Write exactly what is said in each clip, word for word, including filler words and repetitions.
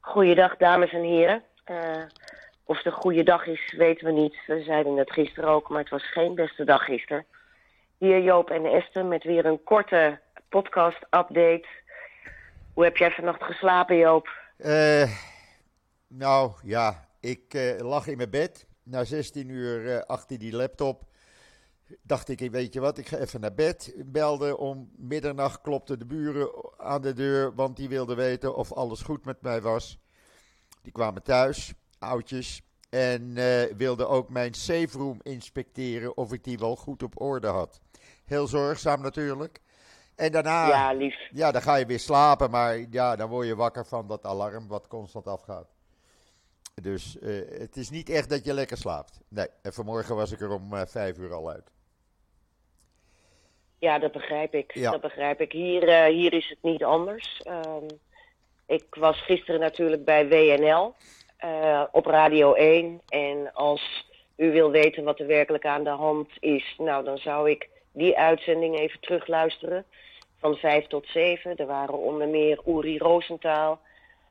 Goeiedag, dames en heren. Uh, of het een goede dag is, weten we niet. We zeiden het gisteren ook, maar het was geen beste dag gisteren. Hier Joop en Esther met weer een korte podcast-update. Hoe heb jij vannacht geslapen, Joop? Uh, nou, ja, ik uh, lag in mijn bed. Na zestien uur uh, achter die laptop dacht ik, weet je wat, ik ga even naar bed. Belde om middernacht, klopte de buren aan de deur, want die wilden weten of alles goed met mij was. Die kwamen thuis, oudjes, en uh, wilden ook mijn safe room inspecteren of ik die wel goed op orde had. Heel zorgzaam natuurlijk. En daarna, ja, lief. Ja, dan ga je weer slapen, maar ja, dan word je wakker van dat alarm wat constant afgaat. Dus uh, het is niet echt dat je lekker slaapt. Nee, en vanmorgen was ik er om uh, vijf uur al uit. Ja, dat begrijp ik. Ja. Dat begrijp ik. Hier, uh, hier is het niet anders. Um, ik was gisteren natuurlijk bij W N L uh, op Radio één. En als u wil weten wat er werkelijk aan de hand is, nou dan zou ik die uitzending even terugluisteren. Van vijf tot zeven. Er waren onder meer Uri Rosenthal.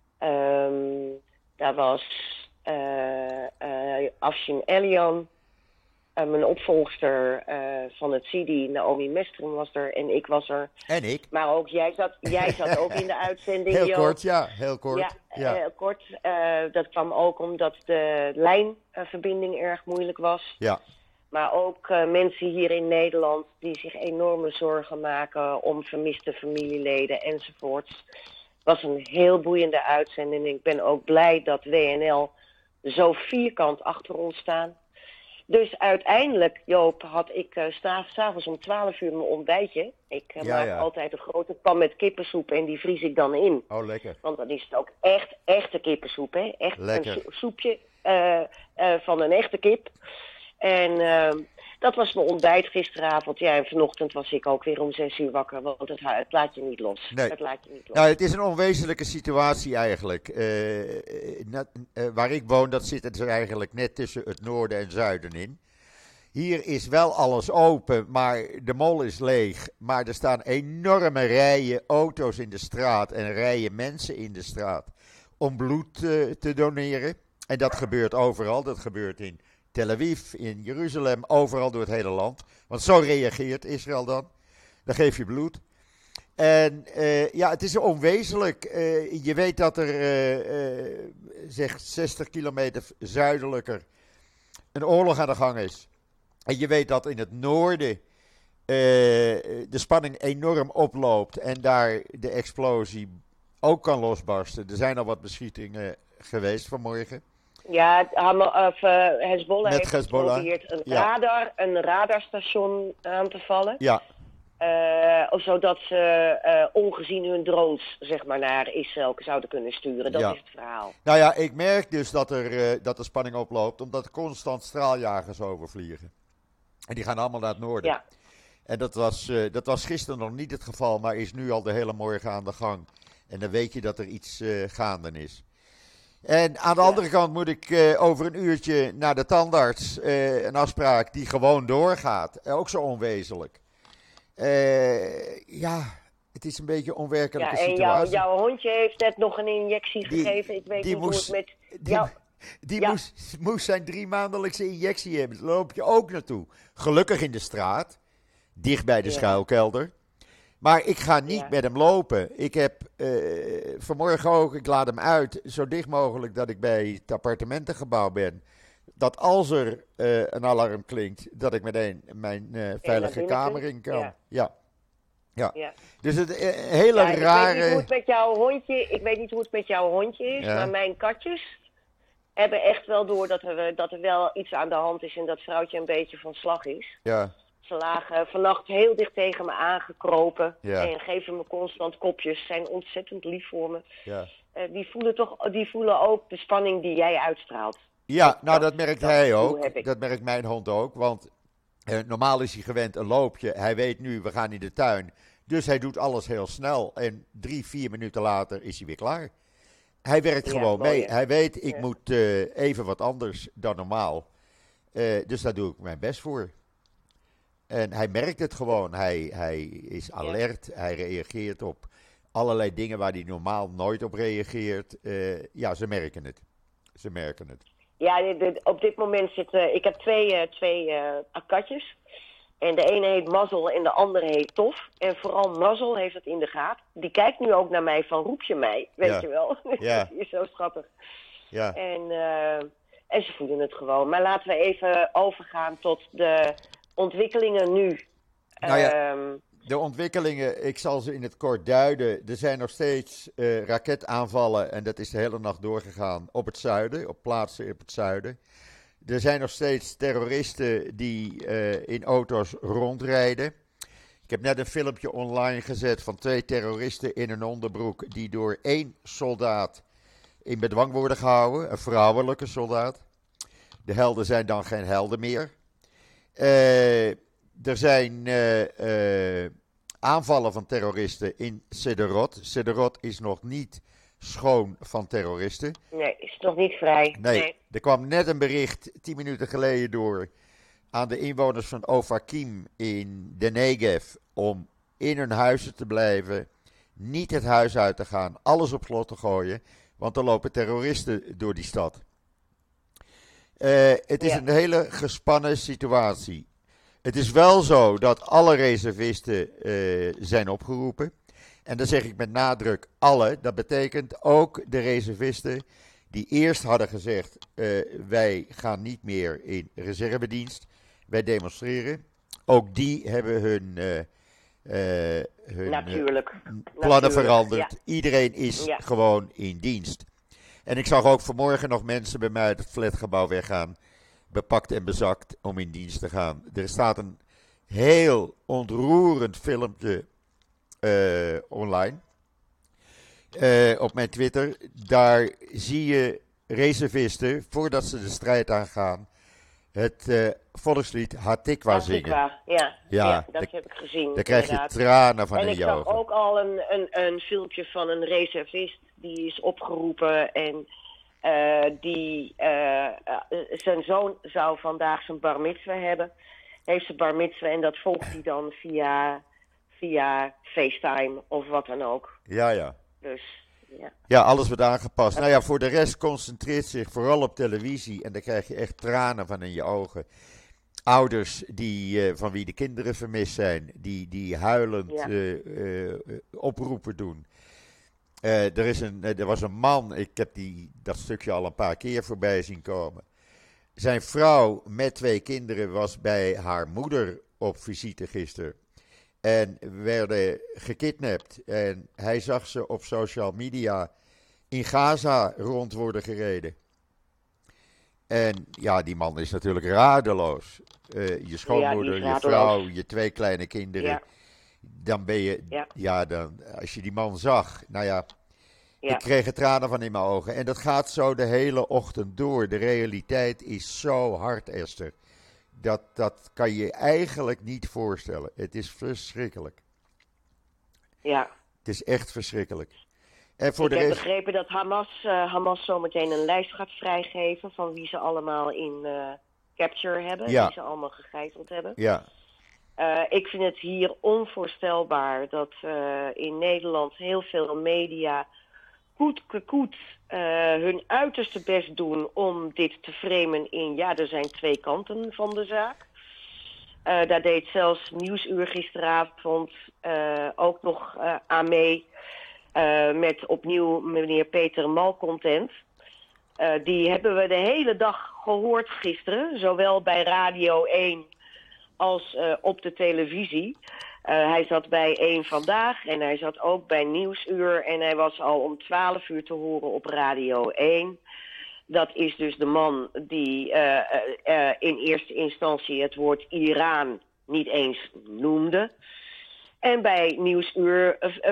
Um, daar was uh, uh, Afshin Elian. Uh, mijn opvolgster uh, van het C I D I, Naomi Mestrum, was er en ik was er. En ik. Maar ook jij zat, jij zat ook in de uitzending. Heel Joop. kort, ja, heel kort. Ja, ja. heel kort. Uh, dat kwam ook omdat de lijnverbinding uh, erg moeilijk was. Ja. Maar ook uh, mensen hier in Nederland die zich enorme zorgen maken om vermiste familieleden enzovoorts. Het was een heel boeiende uitzending. Ik ben ook blij dat W N L zo vierkant achter ons staan. Dus uiteindelijk, Joop, had ik uh, s'avonds om twaalf uur mijn ontbijtje. Ik uh, ja, maak ja. altijd een grote pan met kippensoep en die vries ik dan in. Oh, lekker. Want dan is het ook echt echte kippensoep, hè? Echt lekker. een soepje uh, uh, van een echte kip. En uh, dat was mijn ontbijt gisteravond. Ja, en vanochtend was ik ook weer om zes uur wakker, want het, het laat je niet los. Nee. Het laat je niet los. Nou, het is een onwezenlijke situatie eigenlijk. Uh, net, uh, waar ik woon, dat zit het er eigenlijk net tussen het noorden en zuiden in. Hier is wel alles open, maar de mol is leeg. Maar er staan enorme rijen auto's in de straat en rijen mensen in de straat om bloed uh, te doneren. En dat gebeurt overal. Dat gebeurt in Tel Aviv, in Jeruzalem, overal door het hele land. Want zo reageert Israël dan. Dan geef je bloed. En uh, ja, het is onwezenlijk. Uh, je weet dat er, uh, uh, zeg, zestig kilometer zuidelijker een oorlog aan de gang is. En je weet dat in het noorden uh, de spanning enorm oploopt en daar de explosie ook kan losbarsten. Er zijn al wat beschietingen geweest vanmorgen. Ja, of, uh, Hezbollah Met heeft Hezbollah. geprobeerd een, Ja. radar, een radarstation aan te vallen. Ja. Uh, zodat ze uh, ongezien hun drones zeg maar, naar Israël zouden kunnen sturen. Dat Ja. is het verhaal. Nou ja, ik merk dus dat er, uh, dat de spanning oploopt, omdat er constant straaljagers overvliegen. En die gaan allemaal naar het noorden. Ja. En dat was, uh, dat was gisteren nog niet het geval, maar is nu al de hele morgen aan de gang. En dan weet je dat er iets uh, gaande is. En aan de Ja. andere kant moet ik uh, over een uurtje naar de tandarts. Uh, een afspraak die gewoon doorgaat. Uh, ook zo onwezenlijk. Uh, ja, het is een beetje een onwerkelijke Ja, en situatie. jou, jouw hondje heeft net nog een injectie Die- gegeven. Ik weet die niet moest- hoe het met Die, jou... die Ja. moest, moest zijn drie maandelijkse injectie hebben. Daar loop je ook naartoe. Gelukkig in de straat. Dicht bij de Ja. schuilkelder. Maar ik ga niet Ja. met hem lopen. Ik heb uh, vanmorgen ook, ik laat hem uit, zo dicht mogelijk dat ik bij het appartementengebouw ben. Dat als er uh, een alarm klinkt, dat ik meteen mijn uh, veilige binnen kamer kunt? in kan. Ja. Ja. Ja. Ja. Dus het uh, hele Ja, ik weet niet rare. hoe het met jouw hondje, ik weet niet hoe het met jouw hondje is, Ja. maar mijn katjes hebben echt wel door dat er, dat er wel iets aan de hand is en dat vrouwtje een beetje van slag is. Ja, Ze lagen vannacht heel dicht tegen me aangekropen Ja. en geven me constant kopjes. Zijn ontzettend lief voor me. ja. Uh, die voelen toch, die voelen ook de spanning die jij uitstraalt. Ja, nou Dat- dat merkt dat hij gevoel ook. heb ik. Dat merkt mijn hond ook. Want eh, normaal is hij gewend een loopje. Hij weet nu, we gaan in de tuin. Dus hij doet alles heel snel. En drie, vier minuten later is hij weer klaar. Hij werkt Ja, gewoon mooi, mee. hè? Hij weet, ik Ja. moet eh, even wat anders dan normaal. Eh, dus daar doe ik mijn best voor. En hij merkt het gewoon. Hij, hij is alert. Hij reageert op allerlei dingen waar hij normaal nooit op reageert. Uh, ja, ze merken het. Ze merken het. Ja, de, de, op dit moment zitten... Ik heb twee, uh, twee uh, katjes. En de ene heet Mazzel en de andere heet Tof. En vooral Mazzel heeft het in de gaten. Die kijkt nu ook naar mij van, roep je mij? Weet ja. je wel? Ja. Dat is zo schattig. Ja. En, uh, en ze voelen het gewoon. Maar laten we even overgaan tot de ontwikkelingen nu. Nou ja, um, de ontwikkelingen, ik zal ze in het kort duiden. Er zijn nog steeds uh, raketaanvallen, en dat is de hele nacht doorgegaan, op het zuiden, op plaatsen op het zuiden. Er zijn nog steeds terroristen die uh, in auto's rondrijden. Ik heb net een filmpje online gezet van twee terroristen in een onderbroek die door één soldaat in bedwang worden gehouden, een vrouwelijke soldaat. De helden zijn dan geen helden meer. Uh, er zijn uh, uh, aanvallen van terroristen in Sderot. Sderot is nog niet schoon van terroristen. Nee, is nog niet vrij. Nee, nee. Er kwam net een bericht, tien minuten geleden door, aan de inwoners van Ofakim in de Negev om in hun huizen te blijven, niet het huis uit te gaan, alles op slot te gooien, want er lopen terroristen door die stad. Uh, het is ja. een hele gespannen situatie. Het is wel zo dat alle reservisten uh, zijn opgeroepen. En dan zeg ik met nadruk alle. Dat betekent ook de reservisten die eerst hadden gezegd, uh, wij gaan niet meer in reservedienst, wij demonstreren. Ook die hebben hun, uh, uh, hun Natuurlijk. Uh, plannen Natuurlijk. veranderd. Ja. Iedereen is ja. gewoon in dienst. En ik zag ook vanmorgen nog mensen bij mij uit het flatgebouw weggaan, bepakt en bezakt om in dienst te gaan. Er staat een heel ontroerend filmpje uh, online uh, op mijn Twitter. Daar zie je reservisten, voordat ze de strijd aangaan, het uh, volkslied Hatikwa zingen. Hatikwa, ja, ja, ja, dat da, heb ik gezien. Daar krijg je tranen van en in je ogen. En ik zag ook al een, een, een filmpje van een reservist die is opgeroepen en uh, die uh, uh, zijn zoon zou vandaag zijn bar mitzwa hebben. Heeft zijn bar mitzwa en dat volgt hij dan via, via FaceTime of wat dan ook. Ja, ja. Dus, ja. Ja, alles wordt aangepast. Nou ja, voor de rest concentreert zich vooral op televisie en daar krijg je echt tranen van in je ogen. Ouders die, uh, van wie de kinderen vermist zijn, die, die huilend ja. uh, uh, oproepen doen. Uh, er, is een, uh, er was een man, ik heb die, dat stukje al een paar keer voorbij zien komen. Zijn vrouw met twee kinderen was bij haar moeder op visite gisteren. En werden gekidnapt. En hij zag ze op social media in Gaza rond worden gereden. En ja, die man is natuurlijk radeloos. Uh, je schoonmoeder, ja, je vrouw, je twee kleine kinderen. Ja. Dan ben je, ja. ja, dan, als je die man zag, nou ja, ja, ik kreeg er tranen van in mijn ogen. En dat gaat zo de hele ochtend door. De realiteit is zo hard, Esther. Dat, dat kan je eigenlijk niet voorstellen. Het is verschrikkelijk. Ja. Het is echt verschrikkelijk. En voor ik de heb rest... begrepen dat Hamas, uh, Hamas zometeen een lijst gaat vrijgeven van wie ze allemaal in uh, capture hebben. Ja. Wie ze allemaal gegijzeld hebben. Ja. Uh, ik vind het hier onvoorstelbaar dat uh, in Nederland heel veel media koet koet uh, hun uiterste best doen om dit te framen in, ja, er zijn twee kanten van de zaak. Uh, daar deed zelfs Nieuwsuur gisteravond uh, ook nog uh, aan mee uh, met opnieuw meneer Peter Malcontent. Uh, die hebben we de hele dag gehoord gisteren, zowel bij Radio één als uh, op de televisie. Uh, hij zat bij één Vandaag en hij zat ook bij Nieuwsuur en hij was al om twaalf uur te horen op Radio één. Dat is dus de man die uh, uh, uh, in eerste instantie het woord Iran niet eens noemde. En bij Nieuwsuur... Uh, uh,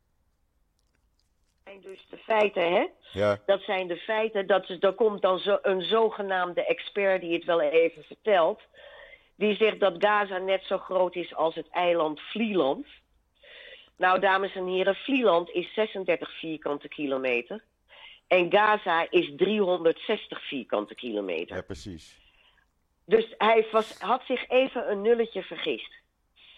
dus de feiten, hè? Ja. Dat zijn de feiten. Dat is, er komt dan zo, een zogenaamde expert die het wel even vertelt. Die zegt dat Gaza net zo groot is als het eiland Vlieland. Nou, dames en heren, Vlieland is zesendertig vierkante kilometer. En Gaza is driehonderdzestig vierkante kilometer. Ja, precies. Dus hij was, had zich even een nulletje vergist.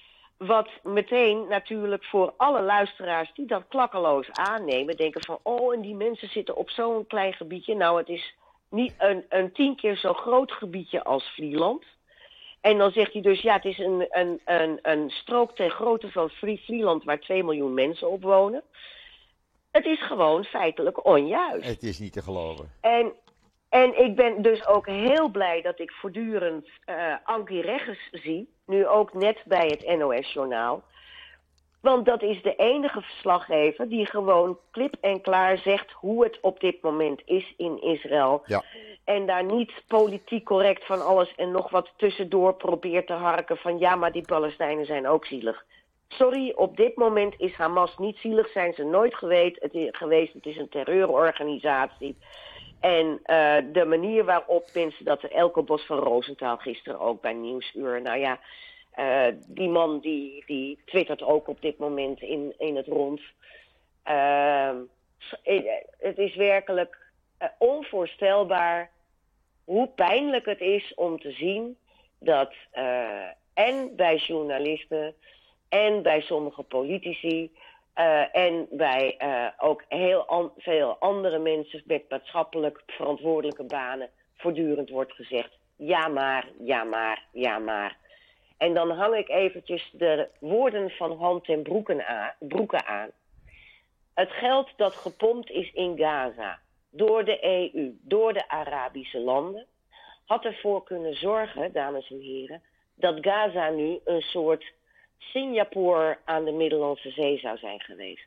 wat meteen natuurlijk voor alle luisteraars die dat klakkeloos aannemen, denken van, oh, en die mensen zitten op zo'n klein gebiedje. Nou, het is niet een, een tien keer zo groot gebiedje als Vlieland. En dan zegt hij dus, ja, het is een, een, een, een strook ter grootte van Vlieland waar twee miljoen mensen op wonen. Het is gewoon feitelijk onjuist. Het is niet te geloven. En, en ik ben dus ook heel blij dat ik voortdurend uh, Ankie Regges zie. Nu ook net bij het N O S-journaal. Want dat is de enige verslaggever die gewoon klip en klaar zegt hoe het op dit moment is in Israël. Ja. En daar niet politiek correct van alles en nog wat tussendoor probeert te harken van ja, maar die Palestijnen zijn ook zielig. Sorry, op dit moment is Hamas niet zielig, zijn ze nooit geweest. Het is, geweest, het is een terreurorganisatie. En uh, de manier waarop mensen dat, Elke Bos van Rosenthal gisteren ook bij Nieuwsuur, nou ja, uh, die man die, die twittert ook op dit moment in, in het rond. Uh, het is werkelijk uh, onvoorstelbaar hoe pijnlijk het is om te zien dat uh, en bij journalisten en bij sommige politici uh, en bij uh, ook heel an- veel andere mensen met maatschappelijk verantwoordelijke banen voortdurend wordt gezegd, ja maar, ja maar, ja maar. En dan hang ik eventjes de woorden van Han ten Broeke aan, Broeke aan. Het geld dat gepompt is in Gaza door de E U, door de Arabische landen, had ervoor kunnen zorgen, dames en heren, dat Gaza nu een soort Singapore aan de Middellandse Zee zou zijn geweest.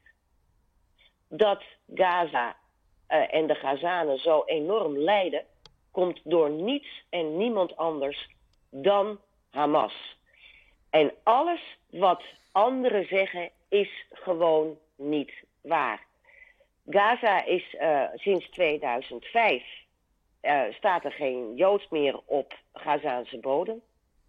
Dat Gaza uh, en de Gazanen zo enorm lijden, komt door niets en niemand anders dan Hamas. En alles wat anderen zeggen is gewoon niet waar. Gaza is uh, sinds tweeduizend vijf uh, staat er geen Joods meer op Gazaanse bodem.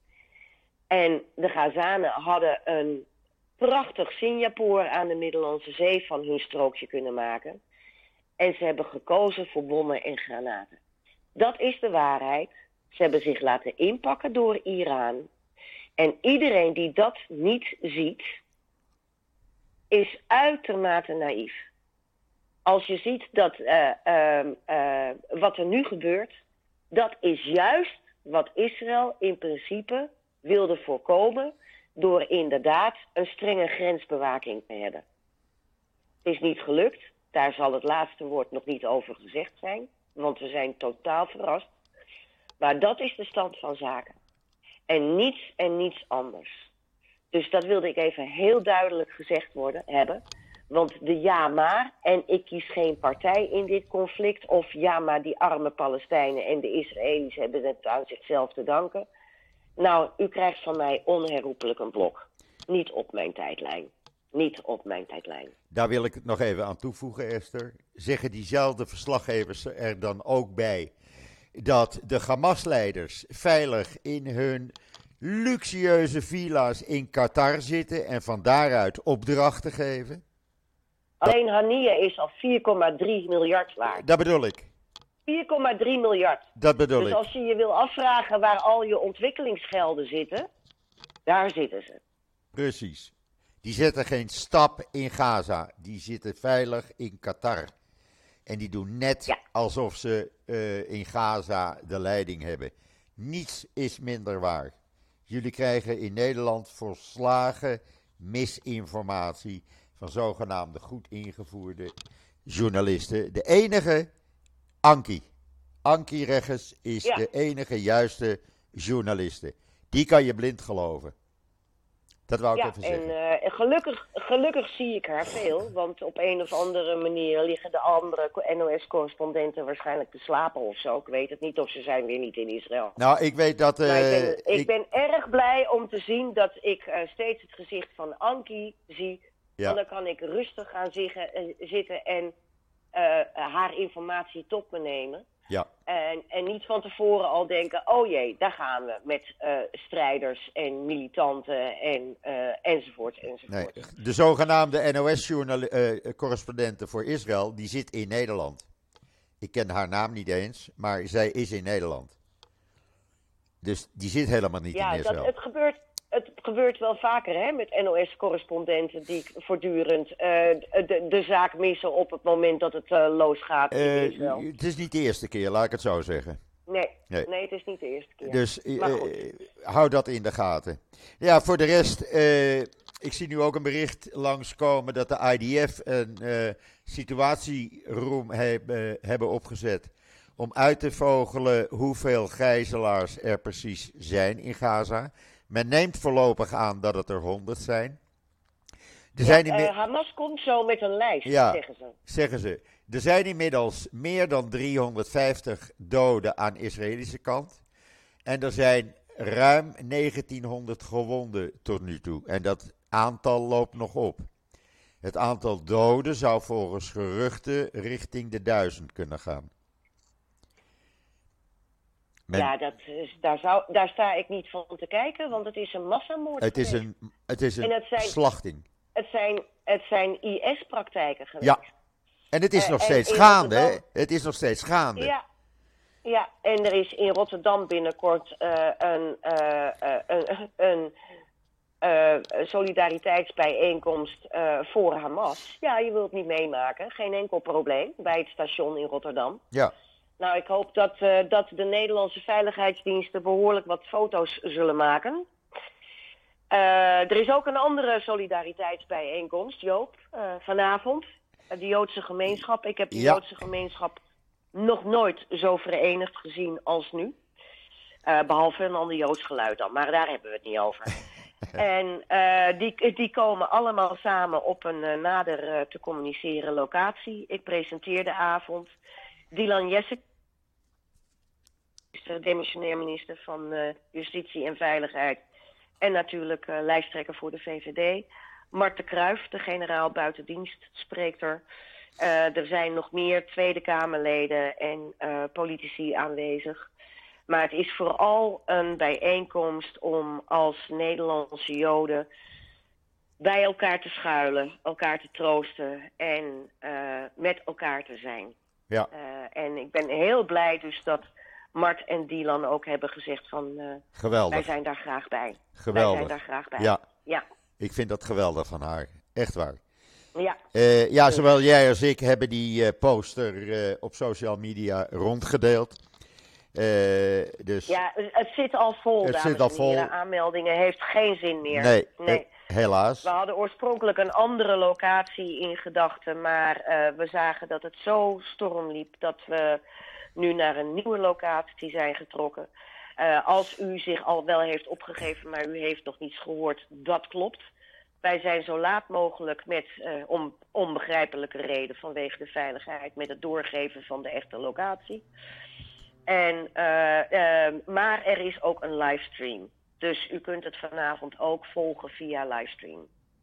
En de Gazanen hadden een prachtig Singapore aan de Middellandse Zee van hun strookje kunnen maken. En ze hebben gekozen voor bommen en granaten. Dat is de waarheid. Ze hebben zich laten inpakken door Iran. En iedereen die dat niet ziet, is uitermate naïef. Als je ziet dat uh, uh, uh, wat er nu gebeurt, dat is juist wat Israël in principe wilde voorkomen door inderdaad een strenge grensbewaking te hebben. Het is niet gelukt. Daar zal het laatste woord nog niet over gezegd zijn, want we zijn totaal verrast. Maar dat is de stand van zaken. En niets en niets anders. Dus dat wilde ik even heel duidelijk gezegd worden, hebben. Want de ja maar, en ik kies geen partij in dit conflict, of ja maar die arme Palestijnen en de Israëli's hebben het aan zichzelf te danken. Nou, u krijgt van mij onherroepelijk een blok. Niet op mijn tijdlijn. Niet op mijn tijdlijn. Daar wil ik het nog even aan toevoegen, Esther. Zeggen diezelfde verslaggevers er dan ook bij dat de Hamas-leiders veilig in hun luxueuze villa's in Qatar zitten en van daaruit opdrachten geven? Alleen Hania is al vier komma drie miljard waard. Dat bedoel ik. vier komma drie miljard. Dat bedoel dus ik. als je je wil afvragen waar al je ontwikkelingsgelden zitten, daar zitten ze. Precies. Die zetten geen stap in Gaza. Die zitten veilig in Qatar. En die doen net ja. alsof ze uh, in Gaza de leiding hebben. Niets is minder waar. Jullie krijgen in Nederland volslagen misinformatie van zogenaamde goed ingevoerde journalisten. De enige, Ankie. Ankie Regges is ja. de enige juiste journaliste. Die kan je blind geloven. Dat wou ik ja, even zeggen. En uh, gelukkig, gelukkig zie ik haar veel. Want op een of andere manier liggen de andere N O S-correspondenten waarschijnlijk te slapen of zo. Ik weet het niet, of ze zijn weer niet in Israël. Nou, ik weet dat... Uh, maar ik, ben, ik, ik ben erg blij om te zien dat ik uh, steeds het gezicht van Ankie zie. Ja. Want dan kan ik rustig gaan ziggen, uh, zitten en uh, uh, haar informatie tot me nemen. Ja. En, en niet van tevoren al denken, oh jee, daar gaan we met uh, strijders en militanten en, uh, enzovoort, enzovoort. Nee, de zogenaamde N O S-correspondente uh, voor Israël, die zit in Nederland. Ik ken haar naam niet eens, maar zij is in Nederland. Dus die zit helemaal niet ja, in Israël. Ja, het gebeurt, het gebeurt wel vaker hè, met N O S-correspondenten die voortdurend uh, de, de zaak missen op het moment dat het uh, losgaat in Uh, Israël. het is niet de eerste keer, laat ik het zo zeggen. Nee, nee. nee het is niet de eerste keer. Dus uh, hou dat in de gaten. Ja, voor de rest, uh, ik zie nu ook een bericht langskomen dat de I D F een uh, situatieroom heb, uh, hebben opgezet om uit te vogelen hoeveel gijzelaars er precies zijn in Gaza. Men neemt voorlopig aan dat het er honderd zijn. Er ja, zijn uh, inmi- Hamas komt zo met een lijst, ja, zeggen ze. zeggen ze. Er zijn inmiddels meer dan driehonderdvijftig doden aan de Israëlische kant. En er zijn ruim negentienhonderd gewonden tot nu toe. En dat aantal loopt nog op. Het aantal doden zou volgens geruchten richting de duizend kunnen gaan. Men, ja, dat is, daar, zou, daar sta ik niet van te kijken, want het is een massamoord het geweest. Is een, het is een het zijn, slachting. Het zijn, het zijn I S-praktijken geweest. Ja, en het is uh, nog steeds gaande, hè? Het is nog steeds gaande. Ja, ja, en er is in Rotterdam binnenkort uh, een, uh, uh, een, een uh, solidariteitsbijeenkomst uh, voor Hamas. Ja, je wilt het niet meemaken, geen enkel probleem, bij het station in Rotterdam. Ja. Nou, ik hoop dat, uh, dat de Nederlandse veiligheidsdiensten behoorlijk wat foto's zullen maken. Uh, er is ook een andere solidariteitsbijeenkomst, Joop, uh, vanavond. Uh, de Joodse gemeenschap. Ik heb de ja. Joodse gemeenschap nog nooit zo verenigd gezien als nu. Uh, behalve een ander Joods geluid dan, maar daar hebben we het niet over. En uh, die, die komen allemaal samen op een uh, nader uh, te communiceren locatie. Ik presenteer de avond. Dylan Jessek, de demissionair minister van uh, Justitie en Veiligheid. En natuurlijk uh, lijsttrekker voor de V V D. Mart de Kruijf, de generaal buitendienst, spreekt er. Uh, er zijn nog meer Tweede Kamerleden en uh, politici aanwezig. Maar het is vooral een bijeenkomst om als Nederlandse Joden bij elkaar te schuilen, elkaar te troosten en uh, met elkaar te zijn. Ja. Uh, en ik ben heel blij dus dat Mart en Dylan ook hebben gezegd van uh, geweldig. Wij zijn daar graag bij. Geweldig. Wij zijn daar graag bij. Ja. ja. Ik vind dat geweldig van haar. Echt waar. Ja. Uh, ja, zowel jij als ik hebben die uh, poster uh, op social media rondgedeeld. Uh, dus ja, het zit al vol, het dames zit al en vol. heren. Aanmeldingen heeft geen zin meer. Nee, nee. Uh, helaas. We hadden oorspronkelijk een andere locatie in gedachten, maar uh, we zagen dat het zo storm liep dat we nu naar een nieuwe locatie zijn getrokken. Uh, als u zich al wel heeft opgegeven, maar u heeft nog niets gehoord, dat klopt. Wij zijn zo laat mogelijk met uh, om onbegrijpelijke reden vanwege de veiligheid met het doorgeven van de echte locatie. En, uh, uh, maar er is ook een livestream. Dus u kunt het vanavond ook volgen via livestream.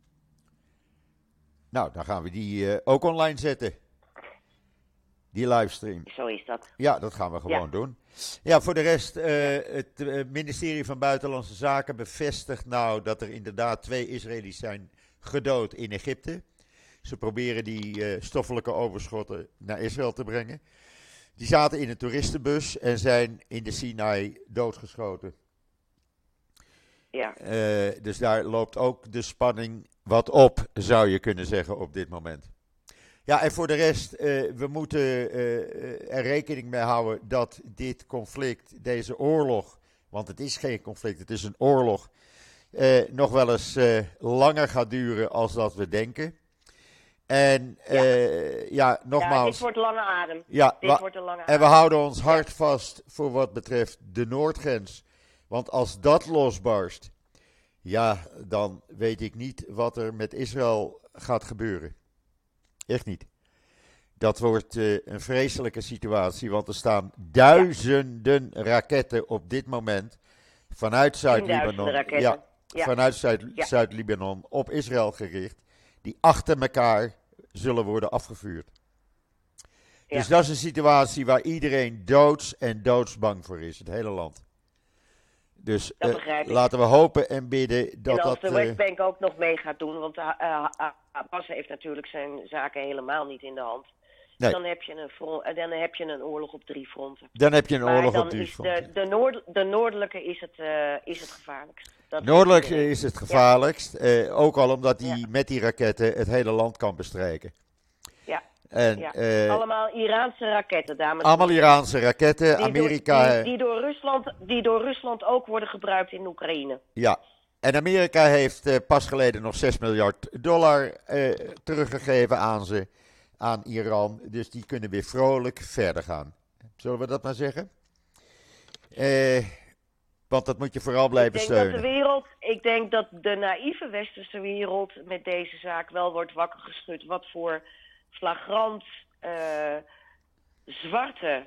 Nou, dan gaan we die uh, ook online zetten. Die livestream. Zo is dat. Ja, dat gaan we gewoon ja. doen. Ja, voor de rest, uh, het uh, ministerie van Buitenlandse Zaken bevestigt nou dat er inderdaad twee Israëli's zijn gedood in Egypte. Ze proberen die uh, stoffelijke overschotten naar Israël te brengen. Die zaten in een toeristenbus en zijn in de Sinai doodgeschoten. Ja. Uh, dus daar loopt ook de spanning wat op, zou je kunnen zeggen, op dit moment. Ja, en voor de rest, uh, we moeten uh, er rekening mee houden dat dit conflict, deze oorlog, want het is geen conflict, het is een oorlog, uh, nog wel eens uh, langer gaat duren als dat we denken. En uh, ja. ja, nogmaals. Ja, dit wordt lange adem. Ja, dit wordt een lange adem. En we houden ons hart vast voor wat betreft de Noordgrens. Want als dat losbarst, ja, dan weet ik niet wat er met Israël gaat gebeuren. Echt niet. Dat wordt uh, een vreselijke situatie, want er staan duizenden ja. raketten op dit moment vanuit Zuid-Libanon. Ja, ja. Vanuit Zuid- ja. Zuid-Libanon op Israël gericht, die achter elkaar zullen worden afgevuurd. Ja. Dus dat is een situatie waar iedereen doods en doodsbang voor is, het hele land. Dus uh, laten we hopen en bidden dat dat... En als dat, de Westbank uh, ook nog mee gaat doen, want uh, uh, Abbas heeft natuurlijk zijn zaken helemaal niet in de hand. Nee. Dan, heb je een front, uh, dan heb je een oorlog op drie fronten. Dan heb je een maar oorlog op drie fronten. De, de, noord, de noordelijke is het, uh, is het gevaarlijkst. Dat Dat Noordelijk iedereen. is het gevaarlijkst. Ja. Uh, ook al omdat hij Ja. met die raketten het hele land kan bestrijken. Ja. En, ja. uh, allemaal Iraanse raketten, dames en allemaal heren. Iraanse raketten. Die Amerika. Door, die, die, door Rusland, die door Rusland ook worden gebruikt in Oekraïne. Ja. En Amerika heeft uh, pas geleden nog zes miljard dollar uh, teruggegeven aan ze, aan Iran. Dus die kunnen weer vrolijk verder gaan. Zullen we dat maar zeggen? Uh, want dat moet je vooral blijven ik denk steunen. Dat de wereld, ik denk dat de naïeve westerse wereld met deze zaak wel wordt wakker geschud. Wat voor flagrant uh, zwarte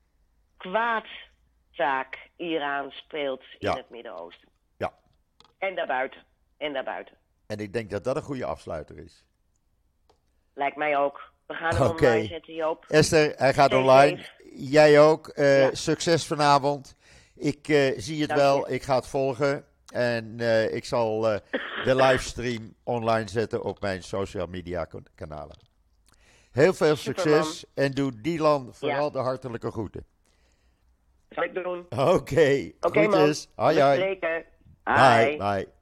kwaadzaak Iran speelt in ja. het Midden-Oosten. Ja. En daarbuiten. En daarbuiten. En ik denk dat dat een goede afsluiter is. Lijkt mij ook. We gaan hem okay. online zetten, Joop. Esther, hij gaat Stay online. safe. Jij ook. Uh, Ja. Succes vanavond. Ik uh, zie het Dank wel. je. Ik ga het volgen. En uh, ik zal uh, de livestream online zetten op mijn social media kanalen. Heel veel succes. Superman. En doe Dylan vooral Ja. de hartelijke groeten. Zal ik doen. Oké. Okay. Oké, man. Groetjes. Hoi, We hoi. spreken. Bye. Bye. Bye.